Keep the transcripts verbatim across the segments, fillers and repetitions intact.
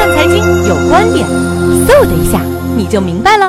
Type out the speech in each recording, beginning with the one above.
看财经有观点，嗖的一下你就明白了。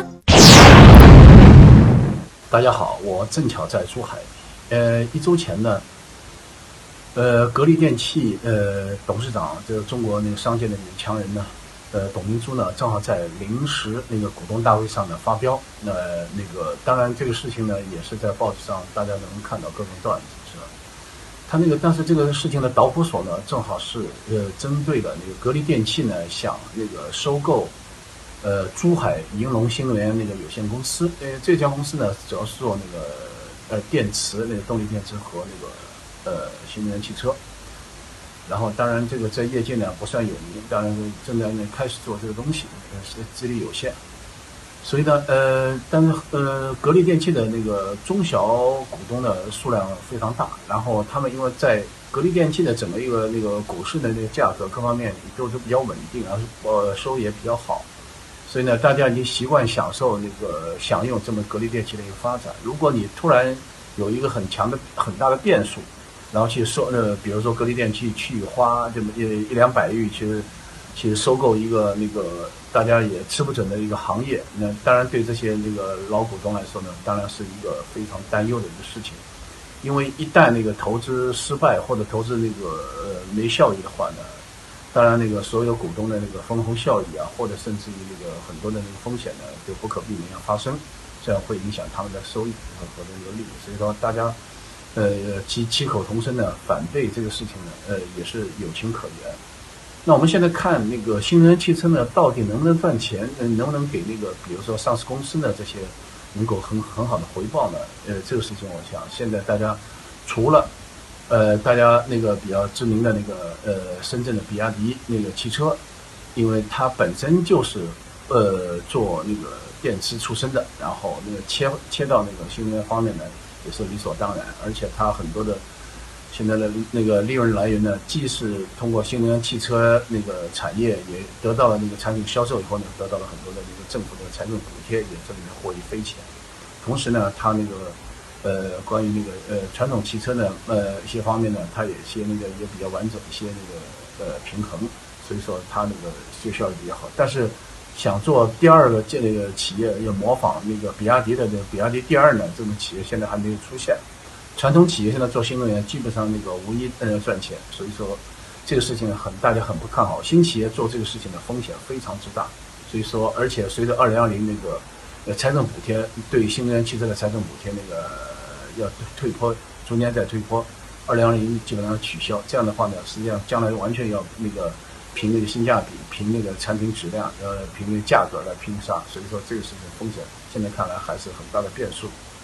大家好，我正巧在珠海。呃，一周前呢，呃，格力电器呃董事长，这个中国那个商界的女强人呢，呃，董明珠呢，正好在临时那个股东大会上呢发飙。那、呃、那个当然这个事情呢，也是在报纸上大家能看到各种段子，是吧？他那个，但是这个事情的导火索呢，正好是呃针对了那个格力电器呢想那个收购呃珠海银隆新能源那个有限公司。呃这家公司呢主要是做那个呃电池那个动力电池和那个呃新能源汽车。然后当然这个在业界呢不算有名，当然正在那开始做这个东西，呃是资历有限。所以呢，呃，但是呃，格力电器的那个中小股东的数量非常大，然后他们因为在格力电器的整个一个那个股市的那个价格各方面都是比较稳定，然后呃收益也比较好，所以呢，大家已经习惯享受那个享用这么格力电器的一个发展。如果你突然有一个很强的很大的变数，然后去收呃，比如说格力电器去花这么一一两百亿，其实其实收购一个那个大家也吃不准的一个行业，那当然对这些那个老股东来说呢，当然是一个非常担忧的一个事情，因为一旦那个投资失败或者投资那个呃没效益的话呢，当然那个所有股东的那个分红效益啊，或者甚至于那个很多的那个风险呢，就不可避免要发生，这样会影响他们的收益和和这个利益，所以说大家呃齐齐口同声呢反对这个事情呢，呃也是有情可原。那我们现在看那个新能源汽车呢，到底能不能赚钱？能不能给那个比如说上市公司呢这些能够很很好的回报呢？呃，这个事情我想现在大家除了呃大家那个比较知名的那个呃深圳的比亚迪那个汽车，因为它本身就是呃做那个电池出身的，然后那个切切到那个新能源方面呢也是理所当然，而且它很多的现在的那个利润来源呢，既是通过新能源汽车那个产业也得到了那个产品销售以后呢，得到了很多的那个政府的财政补贴，也这里面获益匪浅。同时呢，它那个呃关于那个呃传统汽车呢，呃一些方面呢，它也一些那个也比较完整，一些那个呃平衡，所以说它那个就效率比较好。但是想做第二个这个企业要模仿那个比亚迪的这个比亚迪第二呢，这种企业现在还没有出现。传统企业现在做新能源基本上那个无一呃赚钱，所以说这个事情很大家很不看好。新企业做这个事情的风险非常之大，所以说而且随着二零二零那个呃财政补贴对新能源汽车的财政补贴那个要退坡，逐年在退坡，二零二零基本上取消。这样的话呢，实际上将来完全要那个凭那个性价比，凭那个产品质量，呃，凭那个价格来拼杀。所以说这个事情风险现在看来还是很大的变数。